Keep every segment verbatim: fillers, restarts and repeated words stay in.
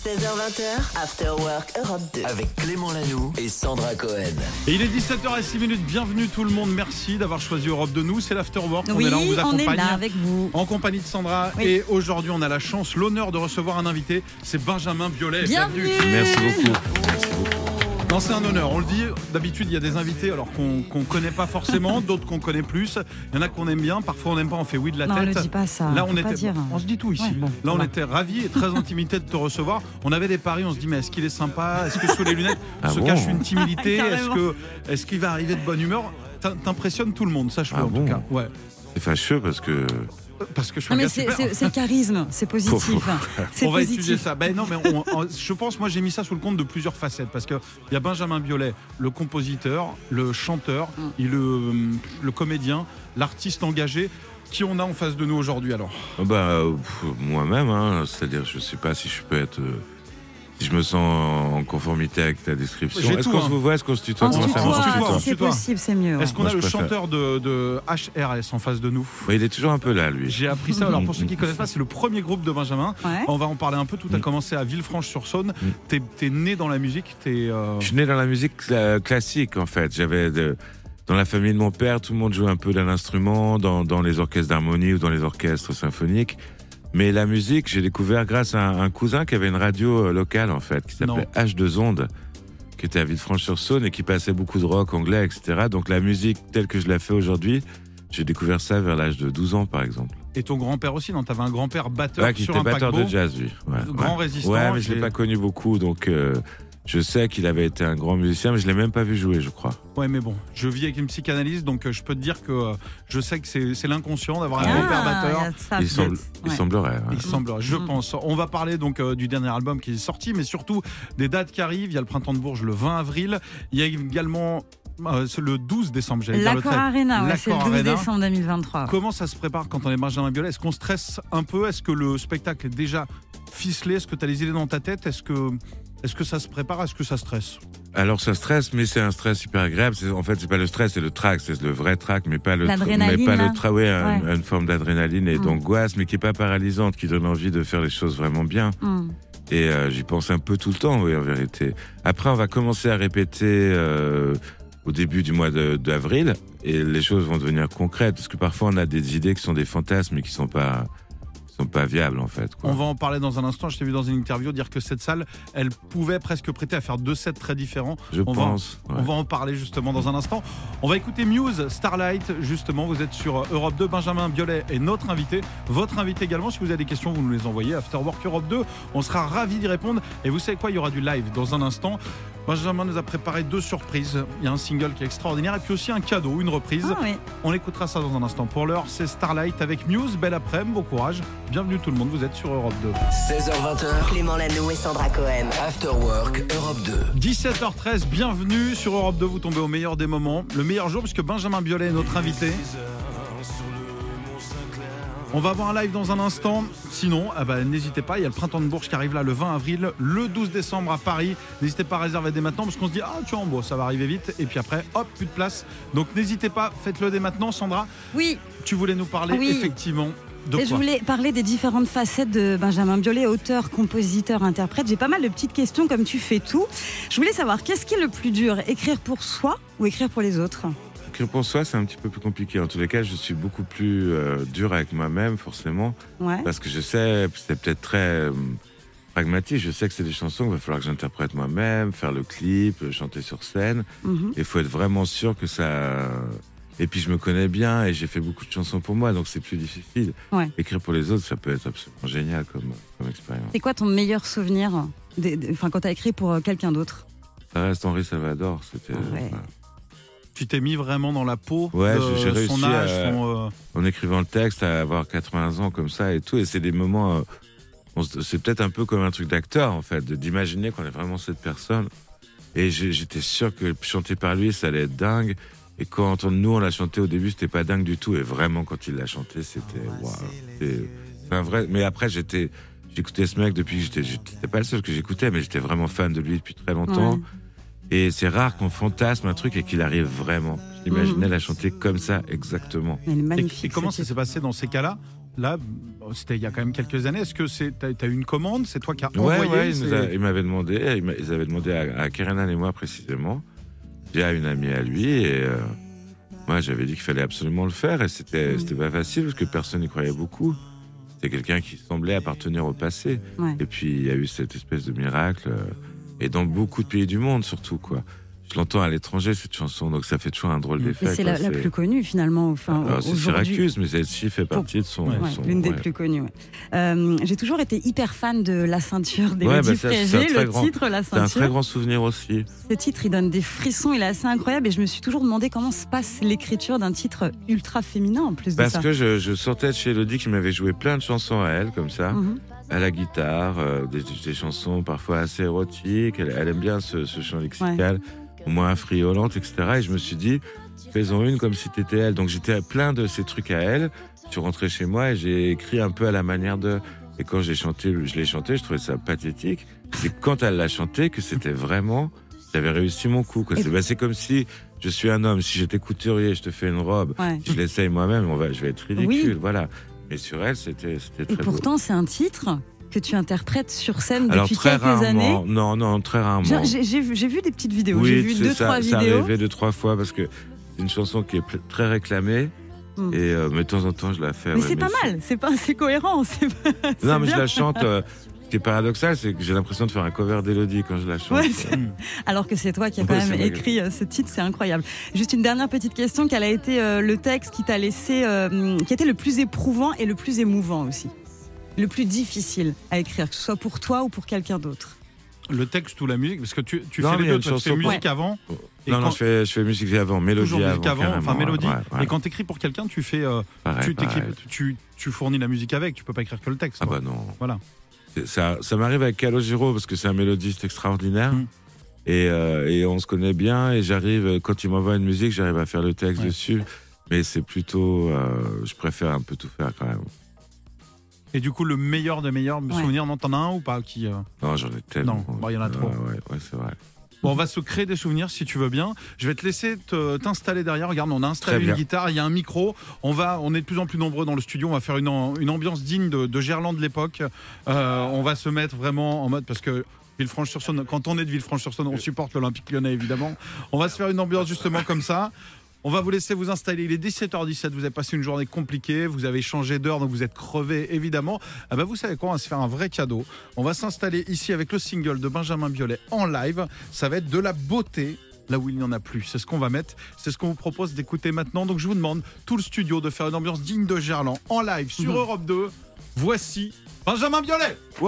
seize heures vingt, After Work Europe deux. Avec Clément Lanoux et Sandra Cohen. Et il est dix-sept heures six minutes. Bienvenue tout le monde. Merci d'avoir choisi Europe deux. Nous, c'est l'After Work. Oui, on est là, on vous accompagne. On est là avec vous. En compagnie de Sandra. Oui. Et aujourd'hui, on a la chance, l'honneur de recevoir un invité. C'est Benjamin Biolay. Bienvenue. Merci beaucoup. Merci beaucoup. Non, c'est un honneur. On le dit, d'habitude, il y a des invités alors qu'on qu'on connaît pas forcément, d'autres qu'on connaît plus. Il y en a qu'on aime bien, parfois on n'aime pas, on fait oui de la non, tête. Non, ne dis pas ça. Là, on Faut était, pas dire. on se dit tout ici. Ouais, bon, Là, on voilà. était ravis et très intimidés de te recevoir. On avait des paris, on se dit, mais est-ce qu'il est sympa? Est-ce que sous les lunettes Ah se bon cache une timidité? Est-ce Carrément. que, est-ce qu'il va arriver de bonne humeur? T'im- T'impressionnes tout le monde, sache-le Ah en bon tout cas. Ouais. C'est fâcheux parce que. Parce que je suis Non, un mais gars c'est, super. c'est, c'est le charisme, c'est positif. C'est On va positif. étudier ça. Ben non, mais on- on- je pense, moi, j'ai mis ça sous le compte de plusieurs facettes parce que il y a Benjamin Biolay, le compositeur, le chanteur, Mm. et le, le comédien, l'artiste engagé. Qui on a en face de nous aujourd'hui alors? Bah, euh, pff, moi-même, hein, c'est-à-dire, je sais pas si je peux être. euh, si je me sens en conformité avec ta description. J'ai Est-ce tout, qu'on hein. se voit? Est-ce qu'on se tutoie? On se Comment ça tutoie, marche? on se tutoie, tutoie. si c'est possible, c'est mieux. ouais. Est-ce qu'on Moi, a je le préfère. chanteur de, de H R S en face de nous? Ouais, il est toujours un peu là, lui. J'ai appris ça. Alors pour ceux qui connaissent pas, c'est le premier groupe de Benjamin. Ouais. On va en parler un peu. Tout a Mm. commencé à Villefranche-sur-Saône. Mm. T'es, t'es né dans la musique. T'es. euh, Je suis né dans la musique cla- classique, en fait. J'avais de- dans la famille de mon père, tout le monde jouait un peu d'un instrument, dans, dans les orchestres d'harmonie ou dans les orchestres symphoniques. Mais la musique, j'ai découvert grâce à un, un cousin qui avait une radio euh, locale, en fait, qui s'appelait Non. H deux Ondes, qui était à Villefranche-sur-Saône et qui passait beaucoup de rock anglais, et cetera. Donc la musique telle que je la fais aujourd'hui, j'ai découvert ça vers l'âge de douze ans, par exemple. Et ton grand-père aussi. Non, t'avais un grand-père batteur Ouais, qui sur était un batteur paquebot. de jazz, lui. Ouais, Grand ouais. résistant. Ouais, mais je l'ai Et- pas connu beaucoup, donc euh, je sais qu'il avait été un grand musicien, mais je l'ai même pas vu jouer, je crois. Ouais, mais bon, je vis avec une psychanalyste, donc euh, je peux te dire que euh, je sais que c'est, c'est l'inconscient d'avoir un Ah, grand-père batteur. il y a ça, Il, semble, peut-être. il Ouais. semblerait. ouais. Il semblerait, je Mm. pense. On va parler donc euh, du dernier album qui est sorti, mais surtout des dates qui arrivent. Il y a le Printemps de Bourges le vingt avril. Il y a également euh, c'est le douze décembre, j'allais dire le L'Accor treize. Arena, ouais, c'est le L'Accor douze Arena. décembre deux mille vingt-trois. Comment ça se prépare quand on est Benjamin Biolay? Est-ce qu'on stresse un peu? Est-ce que le spectacle est déjà ficelé? Est-ce que tu as les idées dans ta tête? Est-ce que, est-ce que ça se prépare? Est-ce que ça stresse? Alors ça stresse, mais c'est un stress hyper agréable. C'est, en fait, c'est pas le stress, c'est le trac, c'est le vrai trac, mais pas le, tra- L'adrénaline, mais pas là. le tra- ouais, un- Ouais. une forme d'adrénaline et Mm. d'angoisse, mais qui est pas paralysante, qui donne envie de faire les choses vraiment bien. Hum. Et euh, j'y pense un peu tout le temps, oui, en vérité. Après, on va commencer à répéter euh, au début du mois de- d'avril, et les choses vont devenir concrètes, parce que parfois on a des idées qui sont des fantasmes, mais qui sont pas, sont pas viables en fait. Quoi. On va en parler dans un instant. Je t'ai vu dans une interview dire que cette salle, elle pouvait presque prêter à faire deux sets très différents. Je on pense. Va, ouais. On va en parler justement dans un instant. On va écouter Muse, Starlight, justement. Vous êtes sur Europe deux. Benjamin Biolay est notre invité. Votre invité également. Si vous avez des questions, vous nous les envoyez. After Work Europe deux. On sera ravis d'y répondre. Et vous savez quoi? Il y aura du live dans un instant. Benjamin nous a préparé deux surprises. Il y a un single qui est extraordinaire et puis aussi un cadeau, une reprise. Ah, oui. On écoutera ça dans un instant. Pour l'heure, c'est Starlight avec Muse. Belle après-midi, bon courage. Bienvenue tout le monde, vous êtes sur Europe deux. seize heures vingt, Clément Lanoux et Sandra Cohen. After Work Europe deux. dix-sept heures treize, bienvenue sur Europe deux, vous tombez au meilleur des moments. Le meilleur jour puisque Benjamin Biolay est notre invité. On va avoir un live dans un instant. Sinon, ah bah, n'hésitez pas, il y a le Printemps de Bourges qui arrive là le vingt avril, le douze décembre à Paris. N'hésitez pas à réserver dès maintenant parce qu'on se dit, ah tu bon, ça va arriver vite. Et puis après, hop, plus de place. Donc n'hésitez pas, faites-le dès maintenant. Sandra, Oui, tu voulais nous parler Oui. effectivement de et quoi? je voulais parler des différentes facettes de Benjamin Biolay, auteur, compositeur, interprète. J'ai pas mal de petites questions comme tu fais tout. Je voulais savoir, qu'est-ce qui est le plus dur, écrire pour soi ou écrire pour les autres? Écrire pour soi, c'est un petit peu plus compliqué. En tous les cas, je suis beaucoup plus euh, dur avec moi-même, forcément, Ouais. parce que je sais, c'est peut-être très euh, pragmatique, je sais que c'est des chansons qu'il va falloir que j'interprète moi-même, faire le clip, euh, chanter sur scène. Mhm. Il faut être vraiment sûr que ça... Et puis je me connais bien et j'ai fait beaucoup de chansons pour moi, donc c'est plus difficile. Ouais. Écrire pour les autres, ça peut être absolument génial comme, comme expérience. C'est quoi ton meilleur souvenir des- des- enfin, quand tu as écrit pour euh, quelqu'un d'autre? Ça reste Henri Salvador, c'était... Ouais. voilà. Tu t'es mis vraiment dans la peau Ouais, de j'ai réussi son âge, à- son, euh, En écrivant le texte, à avoir quatre-vingts ans comme ça et tout, et c'est des moments... euh, on se- c'est peut-être un peu comme un truc d'acteur, en fait, de- d'imaginer qu'on est vraiment cette personne. Et j'ai- j'étais sûr que chanter par lui, ça allait être dingue. Et quand on- nous, on l'a chanté au début, c'était pas dingue du tout. Et vraiment, quand il l'a chanté, c'était... Waouh. C'était c'est un vrai... Mais après, j'étais... J'écoutais ce mec depuis que j'étais... J'étais pas le seul que j'écoutais, mais j'étais vraiment fan de lui depuis très longtemps. Ouais. Et c'est rare qu'on fantasme un truc et qu'il arrive vraiment. J'imaginais Mhm. la chanter comme ça, exactement. Elle est Et, magnifique. et comment cette ça s'est passé dans ces cas-là là, c'était il y a quand même quelques années. Est-ce que c'est, t'as, t'as eu une commande? C'est toi qui as Ouais, envoyé ouais, ils, c'est... nous a- ils m'avaient demandé, ils, m'a- ils avaient demandé à, à Kerenan et moi précisément, via une amie à lui, et euh, moi j'avais dit qu'il fallait absolument le faire, et c'était, Mmh. c'était pas facile parce que personne n'y croyait beaucoup. C'était quelqu'un qui semblait appartenir au passé. Ouais. Et puis il y a eu cette espèce de miracle, euh, et dans beaucoup de pays du monde surtout, quoi. Je l'entends à l'étranger cette chanson, donc ça fait toujours un drôle d'effet. Et c'est quoi. la, la plus connue finalement. Enfin, Alors, c'est aujourd'hui. Syracuse, mais celle-ci fait partie de son. Ouais, Ouais, son- l'une des ouais. plus connues. Ouais. Euh, j'ai toujours été hyper fan de La Ceinture Ouais, d'Élodie bah, ça, c'est un Frégé, très le grand- titre La C'est un très Ceinture. grand souvenir aussi. Ce titre, il donne des frissons, il est assez incroyable et je me suis toujours demandé comment se passe l'écriture d'un titre ultra féminin en plus de Parce ça. que je, je sortais de chez Elodie qui m'avait joué plein de chansons à elle, comme ça, Mhm. à la guitare, euh, des, des chansons parfois assez érotiques. Elle, elle aime bien ce, ce chant lexical, au moins friolente, et cetera. Et je me suis dit, fais-en une comme si t'étais elle. Donc j'étais plein de ces trucs à elle. Je suis rentré chez moi et j'ai écrit un peu à la manière de. Et quand j'ai chanté, je l'ai chanté, je trouvais ça pathétique. C'est quand elle l'a chanté que c'était vraiment. J'avais réussi mon coup. Quoi. Et C'est, bah, c'est comme si je suis un homme. Si j'étais couturier, je te fais une robe. Ouais. Si je l'essaye moi-même, on va, je vais être ridicule. Oui. Voilà. Mais sur elle, c'était, c'était Et très pourtant, c'est un titre que tu interprètes sur scène beau. Alors depuis très quelques rarement. années. Non, non, très rarement. J'ai, j'ai- j'ai vu, j'ai vu des petites vidéos, oui, j'ai vu c'est deux, ça, trois ça vidéos. arrivait deux, trois fois parce que c'est une chanson qui est pl- très réclamée. Mm. Et euh, mais de temps en temps, je la fais. Mais ouais, c'est pas mal, c'est, pas, c'est cohérent. C'est pas- c'est Non, mais bien. je la chante. euh, Ce qui est paradoxal, c'est que j'ai l'impression de faire un cover d'Élodie quand je la chante. Ouais, c'est- Alors que c'est toi qui as quand Ouais, même c'est vrai. écrit euh, ce titre, c'est incroyable. Juste une dernière petite question, quel a été euh, le texte qui t'a laissé, euh, qui a été le plus éprouvant et le plus émouvant aussi? Le plus difficile à écrire, que ce soit pour toi ou pour quelqu'un d'autre? Le texte ou la musique? Parce que tu, tu Non, fais mais les il y a deux, une toi, tu fais chanson- musique avant. Et Non, quand- non, je fais, je fais musique avant, mélodie Toujours musique avant. avant, enfin carrément, mélodie. ouais, ouais. Et quand t'écris pour quelqu'un, tu fais, euh, Pareil, tu, t'écris- pareil. tu, tu fournis la musique avec, tu peux pas écrire que le texte. Ah toi. bah non. Voilà. C'est- Ça, ça m'arrive avec Calogero parce que c'est un mélodiste extraordinaire. Mm. Et, euh, et on se connaît bien et j'arrive, quand il m'envoie une musique, j'arrive à faire le texte Ouais. dessus. Mais c'est plutôt, euh, je préfère un peu tout faire quand même. Et du coup, le meilleur des meilleurs Ouais. souvenirs, non, t'en as un ou pas qui, euh, Non, j'en ai tellement. Non, bon, il y en a trop. Ouais, ouais, ouais, c'est vrai. Bon, on va se créer des souvenirs si tu veux bien. Je vais te laisser te- t'installer derrière. Regarde, on a installé Très une bien. guitare, il y a un micro. On va, on est de plus en plus nombreux dans le studio. On va faire une, am- une ambiance digne de, de Gerland de l'époque. Euh, on va se mettre vraiment en mode parce que Villefranche-sur-Saône, quand on est de Villefranche-sur-Saône, on supporte l'Olympique Lyonnais évidemment. On va se faire une ambiance justement comme ça. On va vous laisser vous installer. Il est dix-sept heures dix-sept. Vous avez passé une journée compliquée. Vous avez changé d'heure, donc vous êtes crevé évidemment. Ah bah vous savez quoi? On va se faire un vrai cadeau. On va s'installer ici avec le single de Benjamin Biolay en live. Ça va être de la beauté là où il n'y en a plus. C'est ce qu'on va mettre. C'est ce qu'on vous propose d'écouter maintenant. Donc je vous demande, tout le studio, de faire une ambiance digne de Gerland en live sur Mhm. Europe deux. Voici Benjamin Biolay. Wow!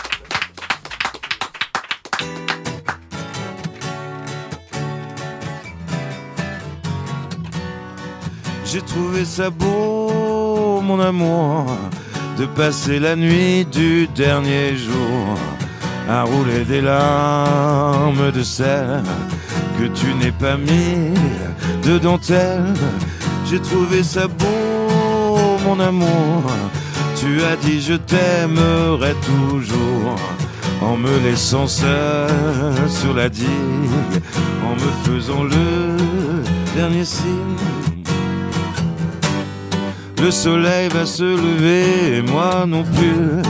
J'ai trouvé ça beau, mon amour, de passer la nuit du dernier jour à rouler des larmes de sel que tu n'es pas mis de dentelle. J'ai trouvé ça beau, mon amour, tu as dit je t'aimerai toujours, en me laissant seul sur la digue, en me faisant le dernier signe. Le soleil va se lever et moi non plus.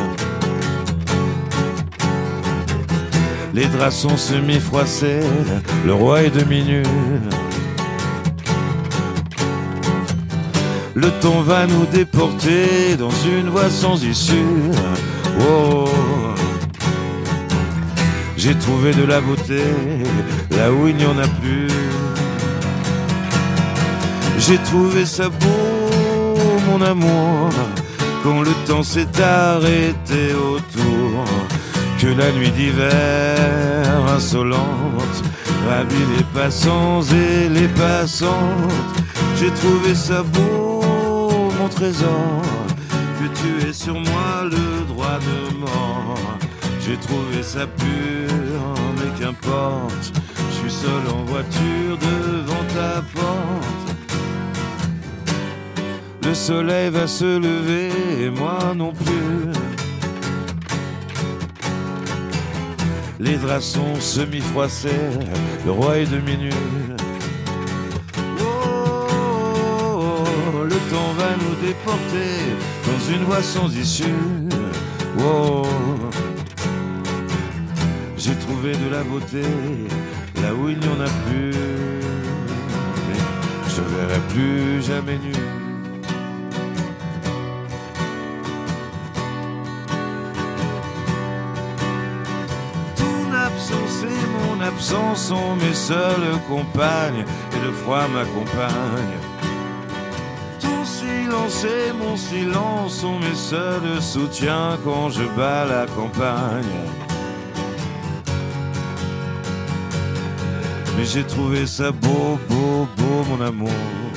Les draps sont semi-froissés, le roi est demi-nu. Le temps va nous déporter dans une voie sans issue. Oh. J'ai trouvé de la beauté là où il n'y en a plus. J'ai trouvé ça beau, mon amour, quand le temps s'est arrêté autour, que la nuit d'hiver insolente ravit les passants et les passantes. J'ai trouvé ça beau, mon trésor, que tu aies sur moi le droit de mort. J'ai trouvé ça pur, mais qu'importe, je suis seul en voiture devant ta porte. Le soleil va se lever et moi non plus. Les draps sont semi-froissés, le roi est demi-nu. Oh, oh, oh, le temps va nous téléporter dans une voie sans issue. Oh. J'ai trouvé de la beauté là où il n'y en a plus. Mais je te verrai plus jamais nu. Ton absence et mon absence sont mes seules compagnes, et le froid m'accompagne. Ton silence et mon silence sont mes seuls soutiens quand je bats la campagne. Mais j'ai trouvé ça beau, beau, beau, mon amour.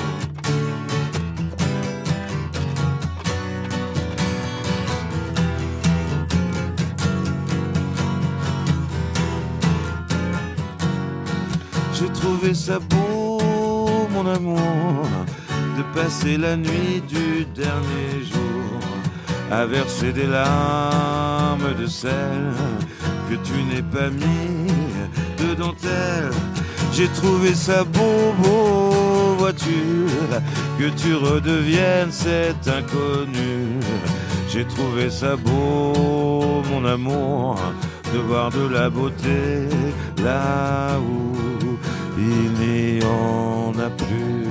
J'ai trouvé ça beau, mon amour, de passer la nuit du dernier jour à verser des larmes de sel que tu n'es pas mis de dentelle. J'ai trouvé ça beau, beau, vois-tu, que tu redeviennes cet inconnu. J'ai trouvé ça beau, mon amour, de voir de la beauté là où il n'y en a plus.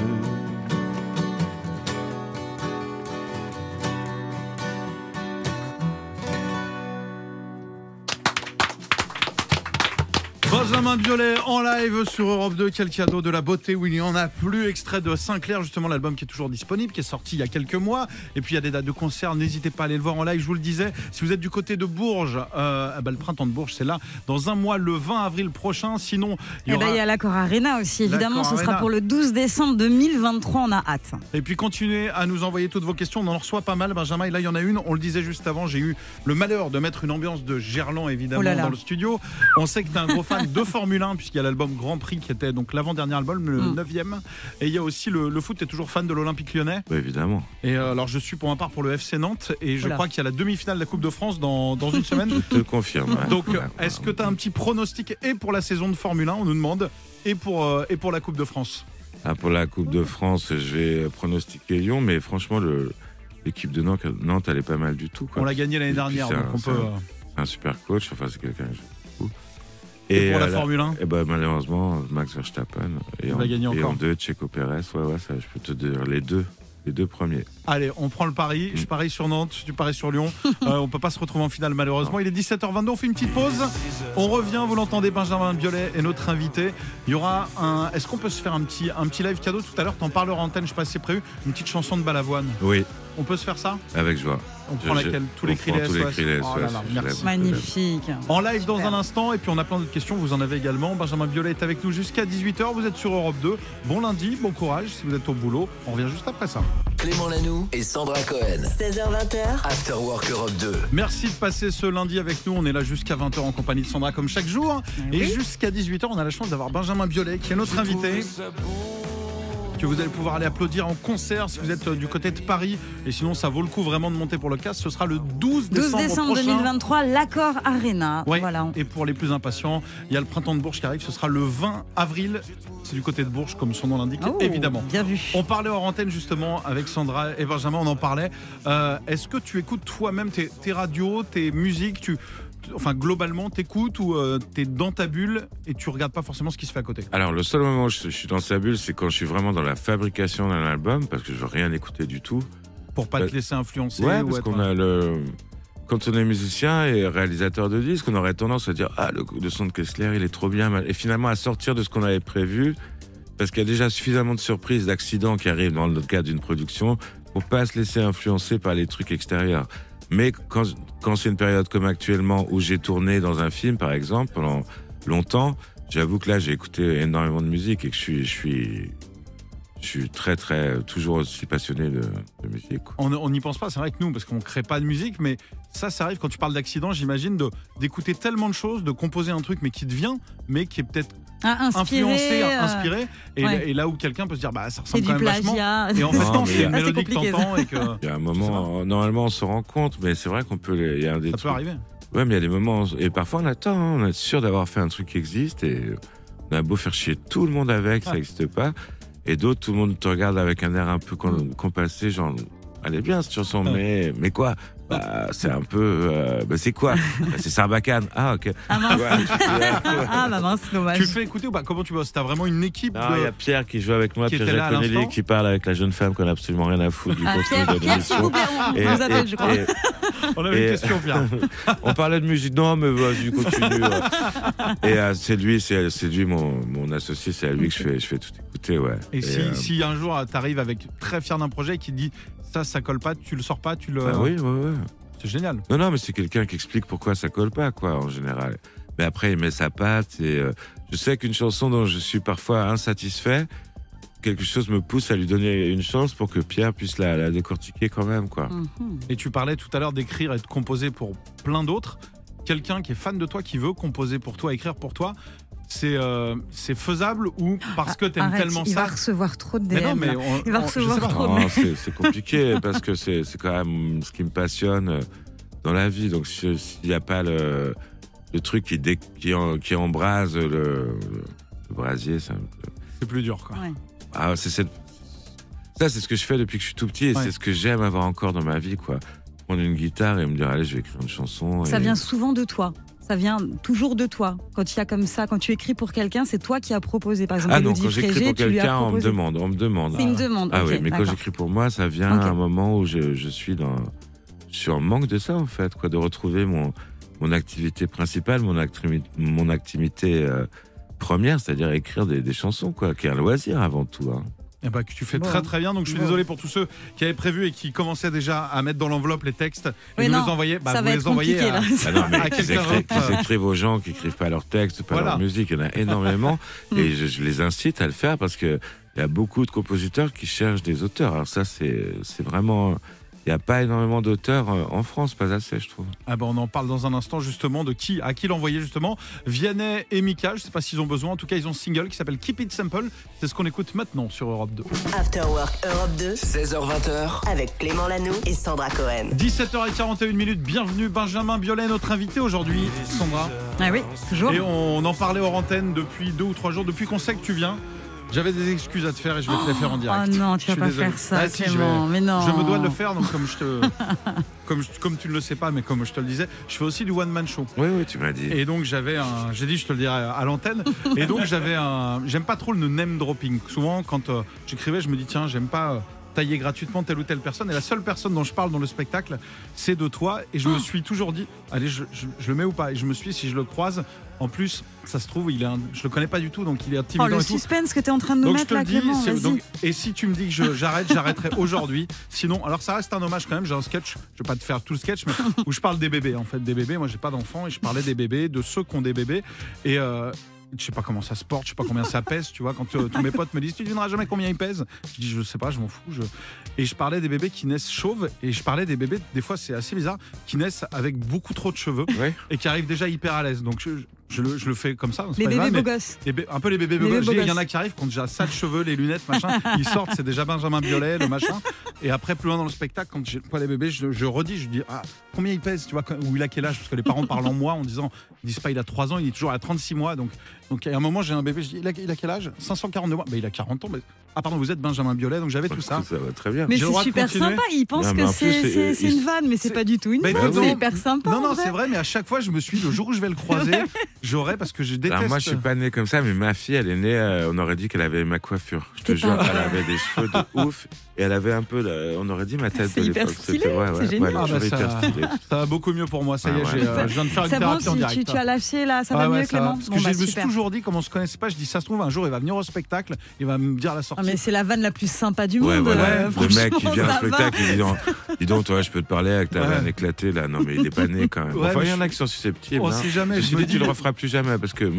Benjamin Biolay en live sur Europe deux, quel cadeau, de la beauté où il n'y en a plus, extrait de Sinclair, justement l'album qui est toujours disponible, qui est sorti il y a quelques mois, et puis il y a des dates de concert, n'hésitez pas à aller le voir en live, je vous le disais, si vous êtes du côté de Bourges, euh, bah, le printemps de Bourges c'est là, dans un mois, le vingt avril prochain, sinon il y aura... Et ben, il y a l'Accor Arena aussi, évidemment, ce sera Arena. pour le douze décembre deux mille vingt-trois, on a hâte. Et puis continuez à nous envoyer toutes vos questions, on en reçoit pas mal, Benjamin, et là il y en a une, on le disait juste avant, j'ai eu le malheur de mettre une ambiance de Gerland évidemment Oh là là. dans le studio, on sait que tu es un gros fan de Formule un, puisqu'il y a l'album Grand Prix qui était donc l'avant-dernier album, le Mm. neuvième, et il y a aussi le, le foot, tu es toujours fan de l'Olympique Lyonnais? Bah, évidemment. Et euh, alors je suis pour ma part pour le F C Nantes, et je Voilà. crois qu'il y a la demi-finale de la Coupe de France dans, dans une semaine. Je te confirme. Ouais. Donc Ouais, est-ce ouais. que tu as un petit pronostic et pour la saison de Formule un, on nous demande, et pour, euh, et pour la Coupe de France? Ah, pour la Coupe de France, je vais pronostiquer Lyon, mais franchement, le, l'équipe de Nantes, Nantes, elle est pas mal du tout. Quoi. On l'a gagné l'année Et puis, dernière, c'est donc un- on c'est peut... un- euh, C'est un super coach, enfin, c'est quelqu'un que j'aime beaucoup. Et pour la euh, Formule un? Et ben, malheureusement, Max Verstappen. Et Il en, va gagner et encore. en deux, Checo Pérez. Ouais, ouais, ça, je peux te dire les deux. Les deux premiers. Allez, on prend le pari. Je parie sur Nantes, tu paries sur Lyon. Euh, on peut pas se retrouver en finale malheureusement. Il est dix-sept heures vingt-deux, on fait une petite pause. On revient, vous l'entendez, Benjamin Biolay est notre invité. Il y aura un... Est-ce qu'on peut se faire un petit, un petit live cadeau tout à l'heure? T'en parleras en antenne, je sais pas si c'est prévu. Une petite chanson de Balavoine. Oui, On peut se faire ça? avec joie. On prend Je- je- laquelle? Tous les on cris prend les tous les S O S. cris les S O S, Oh là là, je merci. l'aime. Magnifique. En live dans Super. un instant, et puis on a plein d'autres questions, vous en avez également. Benjamin Biolay est avec nous jusqu'à dix-huit heures, vous êtes sur Europe deux. Bon lundi, bon courage si vous êtes au boulot. On revient juste après ça. Clément Lanoux et Sandra Cohen. seize heures vingt. After Work Europe deux. Merci de passer ce lundi avec nous. On est là jusqu'à vingt heures en compagnie de Sandra comme chaque jour. Et oui. jusqu'à dix-huit heures, on a la chance d'avoir Benjamin Biolay qui est notre invité, que vous allez pouvoir aller applaudir en concert si vous êtes euh, du côté de Paris. Et sinon, ça vaut le coup vraiment de monter pour le casque. Ce sera le douze douze décembre, décembre prochain. deux mille vingt-trois, l'Accor Arena. Ouais. Voilà. Et pour les plus impatients, il y a le printemps de Bourges qui arrive. Ce sera le vingt avril. C'est du côté de Bourges, comme son nom l'indique, Oh, évidemment. Bien vu. On parlait hors antenne justement avec Sandra et Benjamin, on en parlait. Euh, Est-ce que tu écoutes toi-même tes, tes radios, tes musiques, tu, enfin globalement t'écoutes ou euh, t'es dans ta bulle et tu regardes pas forcément ce qui se fait à côté? Alors, le seul moment où je, je suis dans sa bulle, c'est quand je suis vraiment dans la fabrication d'un album, parce que je veux rien écouter du tout. Pour pas Bah, te laisser influencer Ouais, ou parce être- qu'on a le. Quand on est musicien et réalisateur de disques, on aurait tendance à dire ah le, le son de Kessler il est trop bien, et finalement à sortir de ce qu'on avait prévu, parce qu'il y a déjà suffisamment de surprises, d'accidents qui arrivent dans le cadre d'une production pour pas se laisser influencer par les trucs extérieurs. Mais quand quand c'est une période comme actuellement où j'ai tourné dans un film par exemple pendant longtemps, j'avoue que là j'ai écouté énormément de musique et que je suis je suis je suis très très toujours aussi passionné de, de musique, quoi. On on n'y pense pas, c'est vrai que nous, parce qu'on crée pas de musique, mais ça, ça arrive quand tu parles d'accident, j'imagine, de d'écouter tellement de choses, de composer un truc, mais qui te vient, mais qui est peut-être Ah, inspiré, influencé, euh, inspiré, et, ouais. et là où quelqu'un peut se dire, bah ça c'est ressemble du quand même vachement. plagiat. Et en fait, Non, non, mais c'est il y a- une Ah, c'est mélodie que compliqué, t'entends et que Il y a un moment, normalement on se rend compte, mais c'est vrai qu'on peut, les- il y a des ça trucs. peut arriver. Ouais, mais il y a des moments, et parfois on attend, hein, on est sûr d'avoir fait un truc qui existe, et on a beau faire chier tout le monde avec, ça Ouais. n'existe pas. Et d'autres, tout le monde te regarde avec un air un peu com- compassé, genre, elle est bien cette chanson, mais, mais quoi? Bah, c'est un peu. Euh, bah, c'est quoi? Bah, c'est Sarbacane. Ah, ok. Ah mince. Ouais, Ah bah mince, dommage. Tu le fais écouter ou pas? Comment tu bosses? T'as vraiment une équipe non, il de... y a Pierre qui joue avec moi, Qui Pierre était là à Jacques l'instant. qui parle avec la jeune femme qu'on a absolument rien à foutre du Ah, contenu Pierre, de Pierre, s'il vous l'émission. plaît, on, Et- on vous appelle, et- je crois. et- On avait Et- une question, Pierre. On parlait de musique. Non, mais vas-y, continue. ouais. Et euh, c'est lui, c'est, c'est lui mon, mon associé, c'est à lui que je fais, je fais tout écouter, ouais. Et, si, euh, si un jour t'arrives avec très fier d'un projet qui te dit ça, ça colle pas, tu le sors pas, tu le. bah oui, ouais, ouais. C'est génial. Non, non, mais c'est quelqu'un qui explique pourquoi ça colle pas, quoi, en général. Mais après, il met sa patte et euh, je sais qu'une chanson dont je suis parfois insatisfait, quelque chose me pousse à lui donner une chance pour que Pierre puisse la, la décortiquer quand même, quoi. Mhm. Et tu parlais tout à l'heure d'écrire et de composer pour plein d'autres. Quelqu'un qui est fan de toi, qui veut composer pour toi, écrire pour toi, c'est euh, c'est faisable ou parce que t'aimes Arrête, tellement il ça? va recevoir trop de D M. Mais non, mais là. on- Il va on- je sais recevoir pas. trop. Non, c'est, c'est compliqué parce que c'est, c'est quand même ce qui me passionne euh, dans la vie. Donc, si- s'il n'y a pas le, le truc qui, dé, qui, en- qui embrase le, le, le brasier, ça me- C'est plus dur, quoi. Ouais. Ah, c'est cette... Ça, c'est ce que je fais depuis que je suis tout petit et Ouais. c'est ce que j'aime avoir encore dans ma vie, quoi. Prendre une guitare et me dire, allez, je vais écrire une chanson. Ça et- vient souvent de toi. Ça vient toujours de toi. Quand il y a comme ça, quand tu écris pour quelqu'un, c'est toi qui as proposé. Par exemple, Ah non, Élodie quand j'écris Frégé, pour tu lui as quelqu'un, on me proposé. demande, on me demande. C'est une demande. Ah ok, oui, mais quand d'accord. j'écris pour moi, ça vient Ok. à un moment où je, je suis dans, je suis en manque de ça en fait, quoi, de retrouver mon mon activité principale, mon activité, mon activité euh, première, c'est-à-dire écrire des, des chansons, quoi, qui est un loisir avant tout. Hein. Eh ben, que tu fais Bon. très très bien. Donc je suis Bon. désolé pour tous ceux qui avaient prévu et qui commençaient déjà à mettre dans l'enveloppe les textes et Oui, nous non, les envoyer. Bah, ça vous va les être envoyez compliqué, à- là. Ah non, mais À qu'ils quelqu'un écrivent, d'autre. qu'ils écrivent aux gens qui écrivent pas leurs textes, pas Voilà. leur musique, il y en a énormément, et je, je les incite à le faire parce que il y a beaucoup de compositeurs qui cherchent des auteurs. Alors ça, c'est c'est vraiment, il y a pas énormément d'auteurs euh, en France, pas assez, je trouve. Ah ben, on en parle dans un instant justement de qui, à qui l'envoyer justement. Vianney et Mika, je sais pas s'ils ont besoin. En tout cas, ils ont un single qui s'appelle Keep It Simple. C'est ce qu'on écoute maintenant sur Europe deux. After Work Europe deux seize heures vingt avec Clément Lanoux et Sandra Cohen. dix-sept heures quarante et une minutes. Bienvenue Benjamin Biolay, notre invité aujourd'hui, Sandra. Ah oui, toujours. Et on en parlait hors antenne depuis deux ou trois jours, depuis qu'on sait que tu viens. J'avais des excuses à te faire et je vais te les faire en direct. Oh non, tu Je vas suis pas désolé. faire ça, Ah, si, je, Clément. vais- Mais non. je me dois de le faire, donc comme je te, comme, je- comme tu ne le sais pas, mais comme je te le disais, je fais aussi du one man show. Oui, oui, tu m'as dit. Et donc j'avais un, j'ai dit je te le dirai à l'antenne. Et donc j'avais un, j'aime pas trop le name dropping. Souvent quand euh, j'écrivais, je me dis tiens j'aime pas euh, tailler gratuitement telle ou telle personne. Et la seule personne dont je parle dans le spectacle, c'est de toi. Et je me suis toujours dit allez je, je, je le mets ou pas. Et je me suis dit, si je le croise, en plus ça se trouve il est, un, je le connais pas du tout donc il est Oh, intimidant le et tout. suspense que tu es en train de nous Donc je mettre te le là, dis, Clément. c'est- Vas-y. donc, et si tu me dis que je- j'arrête, j'arrêterai aujourd'hui. Sinon, alors ça reste un hommage quand même. J'ai un sketch, je vais pas te faire tout le sketch, mais où je parle des bébés en fait, des bébés. Moi, j'ai pas d'enfants et je parlais des bébés, de ceux qui ont des bébés. Et euh, je sais pas comment ça se porte, je sais pas combien ça pèse, tu vois. Quand euh, tous mes potes me disent, tu devineras jamais combien ils pèsent. Je dis, je sais pas, je m'en fous. Je... Et je parlais des bébés qui naissent chauves et je parlais des bébés, des fois c'est assez bizarre, qui naissent avec beaucoup trop de cheveux Ouais. et qui arrivent déjà hyper à l'aise. Donc je, je le, je le fais comme ça. c'est Les pas bébés grave, beaux mais- gosses. les bé- un peu les bébés Les beaux bébés gosses. Je dis, beaux il y en a gosses. qui arrivent qui ont déjà sale cheveux, les lunettes, machin. Ils sortent, c'est déjà Benjamin Biolay, le machin. Et après, plus loin dans le spectacle, quand j'ai pas les bébés, je, je redis, je dis ah, combien il pèse, tu vois, quand- ou il a quel âge, parce que les parents parlent en mois en disant, ils disent pas il a trois ans, il est toujours à trente-six mois. Donc, donc à un moment, j'ai un bébé, je dis il a, il a quel âge cinq cent quarante-deux mois. Mais il a quarante ans. Mais... Ah pardon, vous êtes Benjamin Biolay, donc j'avais tout ça. Ça va très bien. Mais J'ai le c'est droit de super continuer sympa. Ils pensent Non, mais que en plus, c'est c'est- c'est- c'est ils- une vanne, mais c'est c'est- pas du tout une Mais vanne. non. C'est hyper sympa. Non, en non, vrai. c'est vrai, mais à chaque fois, je me suis dit, le jour où je vais le croiser, j'aurai, parce que je déteste. Alors moi, je suis pas né comme ça, mais ma fille, elle est née, euh, on aurait dit qu'elle avait ma coiffure. Je te C'est jure, pas elle vrai. avait des cheveux de ouf. Et elle avait un peu, la- on aurait dit ma tête C'est de hyper l'époque. stylé, C'était- ouais, c'est ouais, génial. ouais, elle est Ah, bah, toujours hyper ça- stylée. Ça va beaucoup mieux pour moi, ça y est, Ah, j'ai, ouais. euh, je viens de faire une C'est bon, thérapie en si direct. tu, tu as lâché là, ça Ah va ouais, mieux, ça va. Clément. Parce Bon, que bah, je me suis super. toujours dit, comme on se connaissait pas, je dis ça se trouve un jour il va venir au spectacle, il va me dire la sortie. Ah, mais c'est la vanne la plus sympa du Ouais, monde. voilà. euh, Le franchement, mec qui vient au ça va. spectacle, il dit non, dis donc, toi, je peux te parler avec ta Ouais. vanne éclatée là. Non, mais il est pas né quand même. Ouais, Enfin, mais il y en je- a qui sont susceptibles. On hein. sait jamais. Je me Je suis me dit, tu dis- le referas plus jamais parce que.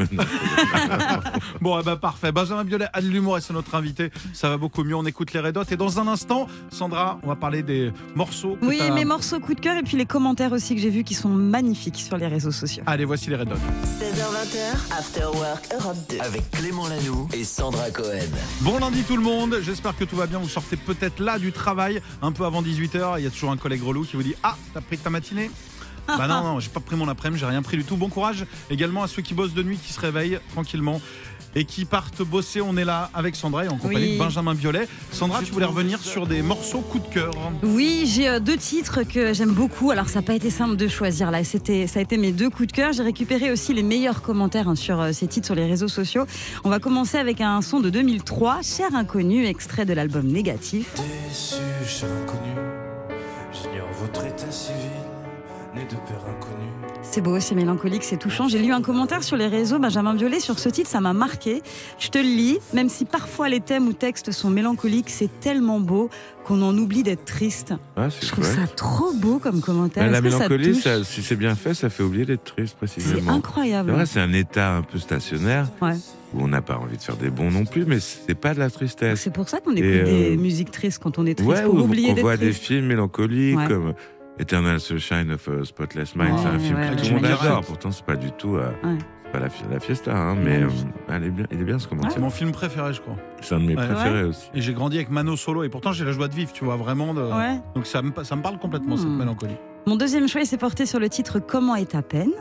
Bon, eh ben, parfait. Benjamin Biolay a de l'humour et c'est notre invité. Ça va beaucoup mieux. On écoute les Red Hot. Et dans un instant, Sandra, on va parler des morceaux. que Oui, t'as- mes morceaux coup de cœur et puis les commentaires aussi que j'ai vus qui sont magnifiques sur les réseaux sociaux. Allez, voici les Red Hot. seize heures vingt, After Work Europe deux. Avec Clément Lanoux et Sandra Cohen. Bon lundi tout le monde. J'espère que tout va bien. Vous sortez peut-être là du travail un peu avant dix-huit heures. Il y a toujours un collègue relou qui vous dit ah, t'as pris ta matinée. Bah non, non, j'ai pas pris mon après-midi, j'ai rien pris du tout. Bon courage également à ceux qui bossent de nuit, qui se réveillent tranquillement et qui partent bosser. On est là avec Sandra et en compagnie Oui. de Benjamin Biolay. Sandra, tu voulais revenir sur des morceaux coup de cœur. Oui, j'ai euh, deux titres que j'aime beaucoup. Alors, ça n'a pas été simple de choisir là. C'était, ça a été mes deux coups de cœur. J'ai récupéré aussi les meilleurs commentaires hein, sur euh, ces titres sur les réseaux sociaux. On va commencer avec un son de deux mille trois, Cher Inconnu, extrait de l'album Négatif. Déçu, cher inconnu, j'ignore votre état civil, né de père inconnu. C'est beau, c'est mélancolique, c'est touchant. J'ai lu un commentaire sur les réseaux, Benjamin Biolay, sur ce titre, ça m'a marqué. Je te le lis, même si parfois les thèmes ou textes sont mélancoliques, c'est tellement beau qu'on en oublie d'être triste. Ah, c'est Je trouve chouette. ça trop beau comme commentaire. Mais la Est-ce que ça te mélancolie, touche ça, si c'est bien fait, ça fait oublier d'être triste C'est précisément. incroyable. C'est vrai, c'est un état un peu stationnaire Ouais. où on n'a pas envie de faire des bons non plus, mais c'est pas de la tristesse. C'est pour ça qu'on écoute Et, des euh, musiques tristes quand on est triste, Ouais, pour ou oublier on d'être voit des triste. films mélancoliques Ouais. comme Eternal Sunshine of a Spotless Mind, Ouais, c'est un film ouais, que ouais, tout le monde ouais. adore. Pourtant, c'est pas du tout euh, Ouais. c'est pas la, fi- la fiesta, hein, mais euh, Magnifique. elle est bien, il est bien ce commentaire. C'est mon film préféré, je crois. C'est un de mes Ouais. préférés aussi. Et j'ai grandi avec Mano Solo et pourtant j'ai la joie de vivre, tu vois, vraiment. De... Ouais. Donc ça me, ça me parle complètement, cette Hmm. mélancolie. Mon deuxième choix il s'est porté sur le titre Comment est ta peine.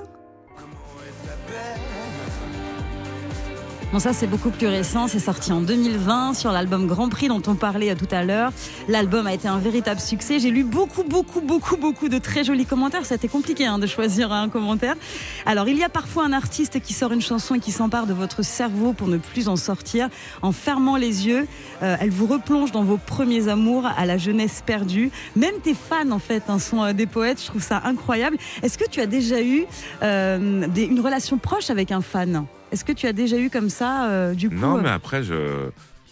Bon, ça c'est beaucoup plus récent, c'est sorti en deux mille vingt sur l'album Grand Prix dont on parlait tout à l'heure. L'album a été un véritable succès. J'ai lu beaucoup, beaucoup, beaucoup, beaucoup de très jolis commentaires. C'était compliqué hein, de choisir un commentaire. Alors, il y a parfois un artiste qui sort une chanson et qui s'empare de votre cerveau pour ne plus en sortir. En fermant les yeux, euh, elle vous replonge dans vos premiers amours, à la jeunesse perdue. Même tes fans, en fait, hein, sont euh, des poètes. Je trouve ça incroyable. Est-ce que tu as déjà eu euh, des, une relation proche avec un fan ? Est-ce que tu as déjà eu comme ça, euh, du coup Non, euh, mais après, je.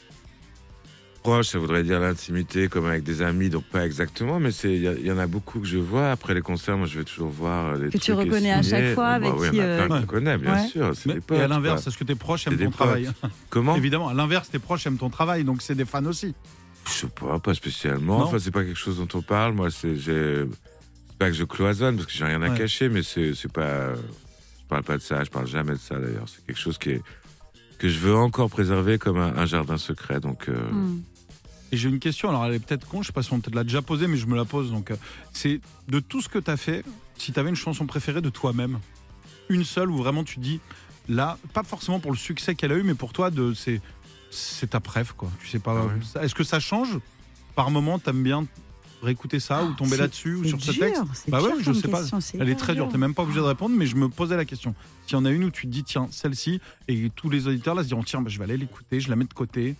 Proche, ça voudrait dire l'intimité, comme avec des amis, donc pas exactement, mais il y, y en a beaucoup que je vois. Après les concerts, moi, je vais toujours voir les Que tu trucs et reconnais à signer. chaque fois, avec oui, qui, il y en a euh, plein que je connais, bien Ouais. sûr. C'est Mais- des potes. et à l'inverse, quoi. est-ce que tes proches C'est aiment des ton potes. travail? Comment Évidemment, à l'inverse, tes proches aiment ton travail, donc c'est des fans aussi. Je sais pas, pas spécialement. Non. Enfin, c'est pas quelque chose dont on parle. Moi, c'est, j'ai... c'est pas que je cloisonne parce que j'ai rien à Ouais. cacher, mais c'est, c'est pas. Je parle pas de ça. Je parle jamais de ça d'ailleurs. C'est quelque chose qui est que je veux encore préserver comme un, un jardin secret. Donc, euh, hmm. Et j'ai une question, alors elle est peut-être con, je sais pas si on te l'a déjà posée, mais je me la pose. Donc, euh, c'est de tout ce que tu as fait, si tu avais une chanson préférée de toi-même, une seule où vraiment tu dis, là, pas forcément pour le succès qu'elle a eu, mais pour toi, de, c'est, c'est ta préf, quoi. Tu sais pas. Ah ouais. ça- Est-ce que ça change? Par moment, t'aimes bien réécouter ça ou tomber C'est- là-dessus ou c'est sur ce dur, texte? c'est Bah dur ouais, je comme sais pas. question, c'est Elle est hyper très dure, dur. t'es même pas obligé de répondre, mais je me posais la question. S'il y en a une où tu te dis, tiens, celle-ci, et tous les auditeurs là se diront, tiens, bah, je vais aller l'écouter, je la mets de côté.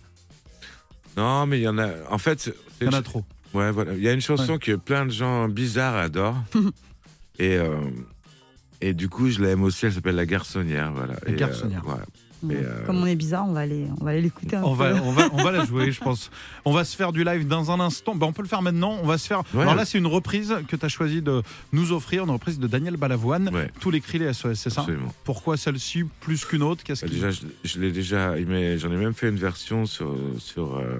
non, mais il y en a. En fait, c'est Il y en une- a trop. Ouais, voilà. Il y a une chanson que plein de gens bizarres adorent. et, euh, et du coup, je l'aime aussi. Elle s'appelle La Garçonnière. Voilà. La Et, euh, Garçonnière. voilà. Hmm. Et, euh, Comme on est bizarre, on va aller, on va aller l'écouter un On peu. va, on, va, on va la jouer, je pense. On va se faire du live dans un instant. Ben, on peut le faire maintenant. On va se faire. Ouais. Alors là, c'est une reprise que tu as choisi de nous offrir, une reprise de Daniel Balavoine. Ouais. Tous les cris, les S O S, c'est ça? Absolument. Pourquoi celle-ci plus qu'une autre? Qu'est-ce Bah, qui... déjà, je, je l'ai déjà aimé. J'en ai même fait une version sur, sur, euh,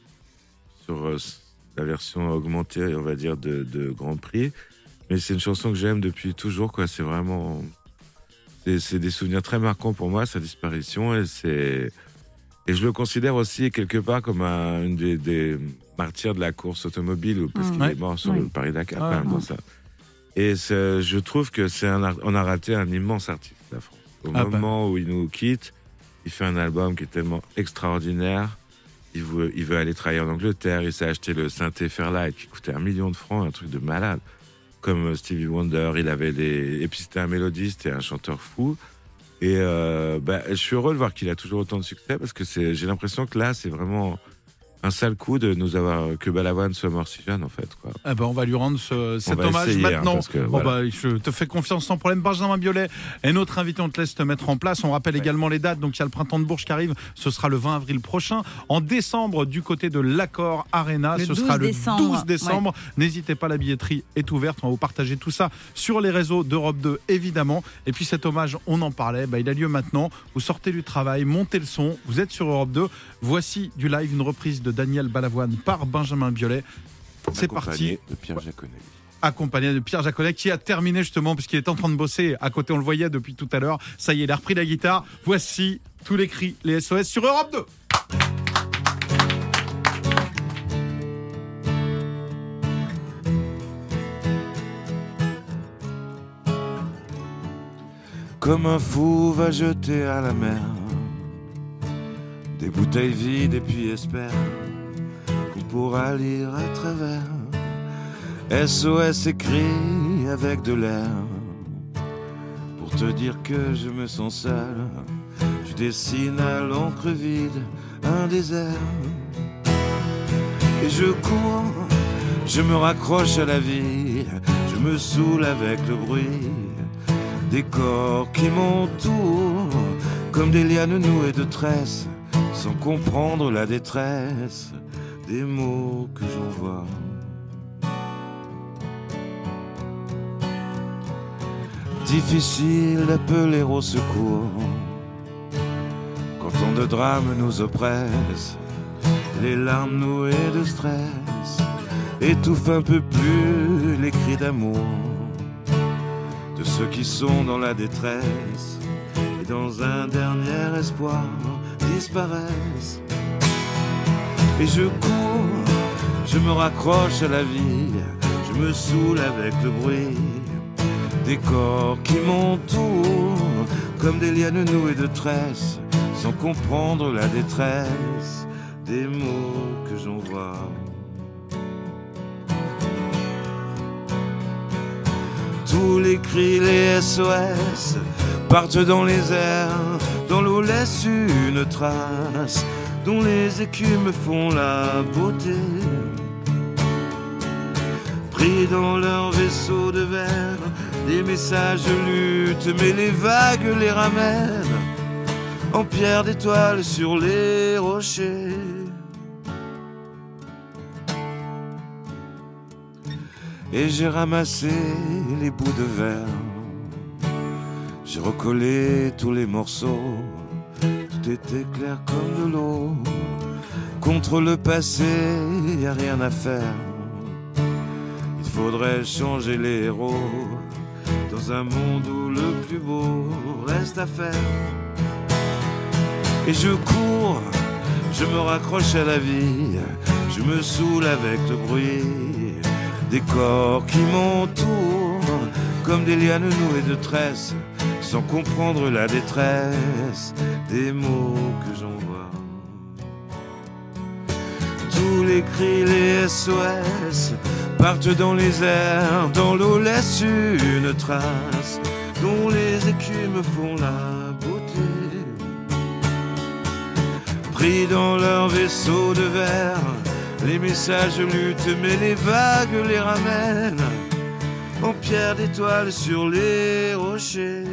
sur euh, la version augmentée, on va dire, de, de Grand Prix. Mais c'est une chanson que j'aime depuis toujours, quoi. C'est vraiment. C'est, c'est des souvenirs très marquants pour moi, sa disparition. Et, c'est, et je le considère aussi, quelque part, comme un, une des, des martyrs de la course automobile, parce Mmh. qu'il Ouais. est mort sur Ouais. le Paris-Dakar, Ouais. quand même, dans ça. Et c'est- je trouve que c'est un, ar- on a raté un immense artiste, la France. Au Ah bah. moment où il nous quitte, il fait un album qui est tellement extraordinaire. Il veut, il veut aller travailler en Angleterre. Il s'est acheté le synthé Fairlight qui coûtait un million de francs, un truc de malade. Comme Stevie Wonder, il avait des. Et puis c'était un mélodiste et un chanteur fou. Et euh, bah, je suis heureux de voir qu'il a toujours autant de succès parce que c'est, j'ai l'impression que là, c'est vraiment un sale coup de nous avoir que Balavoine soit mort si jeune en fait, quoi. Eh ben, on va lui rendre ce- cet va hommage essayer, hein, maintenant. parce que, Bon, voilà. bah, je te fais confiance sans problème. Benjamin Biolay est notre invité. On te laisse te mettre en place. On rappelle Ouais. également les dates. Donc, il y a le printemps de Bourges qui arrive. Ce sera le vingt avril prochain. En décembre, du côté de l'Accor Arena, Le ce sera douze le décembre. douze décembre. N'hésitez pas, la billetterie est ouverte. On va vous partager tout ça sur les réseaux d'Europe deux, évidemment. Et puis, cet hommage, on en parlait. Bah, il a lieu maintenant. Vous sortez du travail, montez le son. Vous êtes sur Europe deux. Voici du live, une reprise de Daniel Balavoine par Benjamin Biolay. C'est parti. Accompagné de Pierre Jaconnet. Accompagné de Pierre Jaconnet qui a terminé justement puisqu'il est en train de bosser à côté, on le voyait depuis tout à l'heure. Ça y est, il a repris la guitare. Voici tous les cris, les S O S sur Europe deux. comme un fou va jeter à la mer des bouteilles vides et puis espère qu'on pourra lire à travers. S O S écrit avec de l'air pour te dire que je me sens seul. Je dessine à l'encre vide un désert et je cours, je me raccroche à la vie, je me saoule avec le bruit des corps qui m'entourent comme des lianes nouées de tresses, sans comprendre la détresse des mots que j'envoie. Difficile d'appeler au secours quand tant de drames nous oppressent. Les larmes nouées de stress étouffent un peu plus les cris d'amour de ceux qui sont dans la détresse et dans un dernier espoir disparaissent. Et je cours, je me raccroche à la vie, je me saoule avec le bruit des corps qui m'entourent comme des lianes nouées de tresses, sans comprendre la détresse des mots que j'envoie. Tous les cris, les S O S partent dans les airs, dans l'eau laissent une trace dont les écumes font la beauté. Pris dans leur vaisseau de verre, des messages de lutte, mais les vagues les ramènent en pierre d'étoiles sur les rochers. Et j'ai ramassé les bouts de verre, j'ai recollé tous les morceaux, tout était clair comme de l'eau. Contre le passé, y a rien à faire, il faudrait changer les héros dans un monde où le plus beau reste à faire. Et je cours, je me raccroche à la vie, je me saoule avec le bruit des corps qui m'entourent comme des lianes nouées de tresses, sans comprendre la détresse des mots que j'envoie. Tous les cris, les S O S partent dans les airs, dans l'eau laissent une trace dont les écumes font la beauté. Pris dans leur vaisseau de verre, les messages luttent, mais les vagues les ramènent en pierre d'étoiles sur les rochers.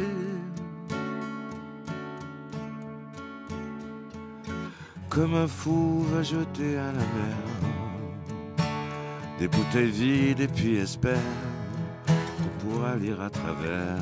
Comme un fou va jeter à la mer des bouteilles vides et puis espère qu'on pourra lire à travers.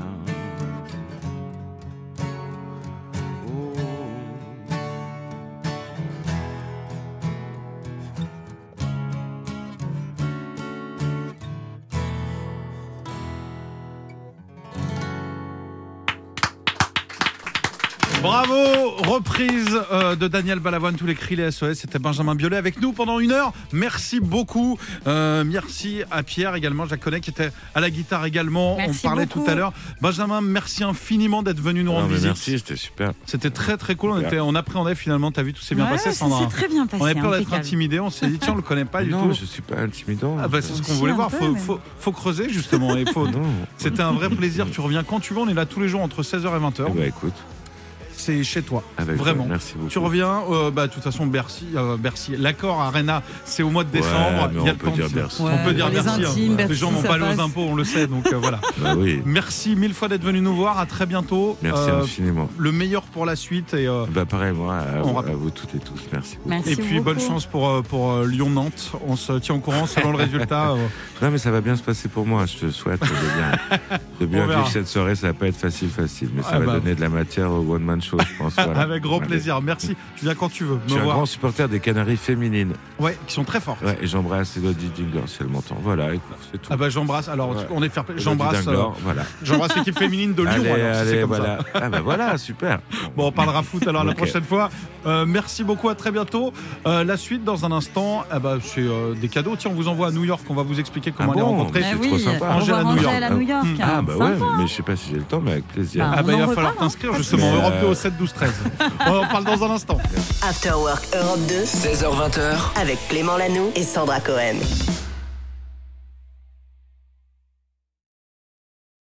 Bravo, reprise euh, de Daniel Balavoine, tous les cris, les S O S. C'était Benjamin Biolay avec nous pendant une heure. Merci beaucoup. Euh, merci à Pierre également, Jacques Connet qui était à la guitare également. Merci On parlait beaucoup. tout à l'heure. Benjamin, merci infiniment d'être venu nous rendre Non, mais visite. merci, c'était super. C'était très très cool. On, était, on appréhendait finalement. T'as vu, tout s'est bien Ouais, passé, ça Sandra. s'est très bien passé. On avait peur d'être impeccable. intimidé. On s'est dit tiens, on le connaît pas du non, tout. je suis pas intimidant. Ah bah, c'est ce qu'on Si, voulait un voir. peu, Faut, mais- faut, faut creuser justement. Et faut... Non. C'était un vrai plaisir. Tu reviens quand tu veux. On est là tous les jours entre seize heures et vingt heures. Eh bah, écoute, C'est chez toi. avec Vraiment. toi, merci beaucoup. Tu reviens, euh, bah, de toute façon, Bercy, euh, Bercy. L'accord Arena, c'est au mois de Ouais, décembre. mais Il y a on le peut temps de dire s'y- Bercy. Ouais, on peut dire pour les Bercy. hein. intimes, Les Bercy, gens vont ça pas aller aux passe. impôts, on le sait. Donc euh, voilà. Bah oui, Merci mille fois d'être venu nous voir. À très bientôt. merci Euh, infiniment. le meilleur pour la suite. Et, euh, Bah pareil, moi, à, on vous, rappelle. à vous toutes et tous, merci beaucoup. Merci et puis beaucoup. bonne chance pour, euh, pour euh, Lyon-Nantes. On se tient au courant selon le résultat. euh, Non, mais ça va bien se passer pour moi. Je te souhaite de bien, de bien On verra. vivre cette soirée. Ça va pas être facile, facile, mais ça Ah va bah. donner de la matière au one man show. chaud, je pense. Voilà. Avec grand Allez. plaisir. Merci. Tu viens quand tu veux. Je Me suis un voir. grand supporter des Canaries féminines. Ouais, qui sont très fortes. Ouais, et j'embrasse Elodie Dingler si elle m'entend. Voilà, écoute, c'est tout. Ah bah j'embrasse. Alors Ouais. on est fair... Elodie j'embrasse. Dingler, euh, voilà. J'embrasse l'équipe féminine de Lyon. allez, alors, si c'est allez, comme voilà. ça. Ah bah voilà, super. Bon, on parlera foot alors la Ok. prochaine fois. Euh, merci beaucoup, à très bientôt. Euh, la suite dans un instant, eh ben, c'est euh, des cadeaux. Tiens, on vous envoie à New York. On va vous expliquer comment Ah aller bon rencontrer. C'est Ah trop oui, sympa. au Angèle à revoir New York. Angèle à New York. Ah hein. bah ouais, Sympa. mais je sais pas si j'ai le temps, mais avec plaisir. Ah, Ah bah on il en va falloir reparle, hein. t'inscrire justement Mais, Europe deux euh, au sept douze treize. On en parle dans un instant. After Work Europe deux seize heures vingt. avec Clément Lanoux et Sandra Cohen.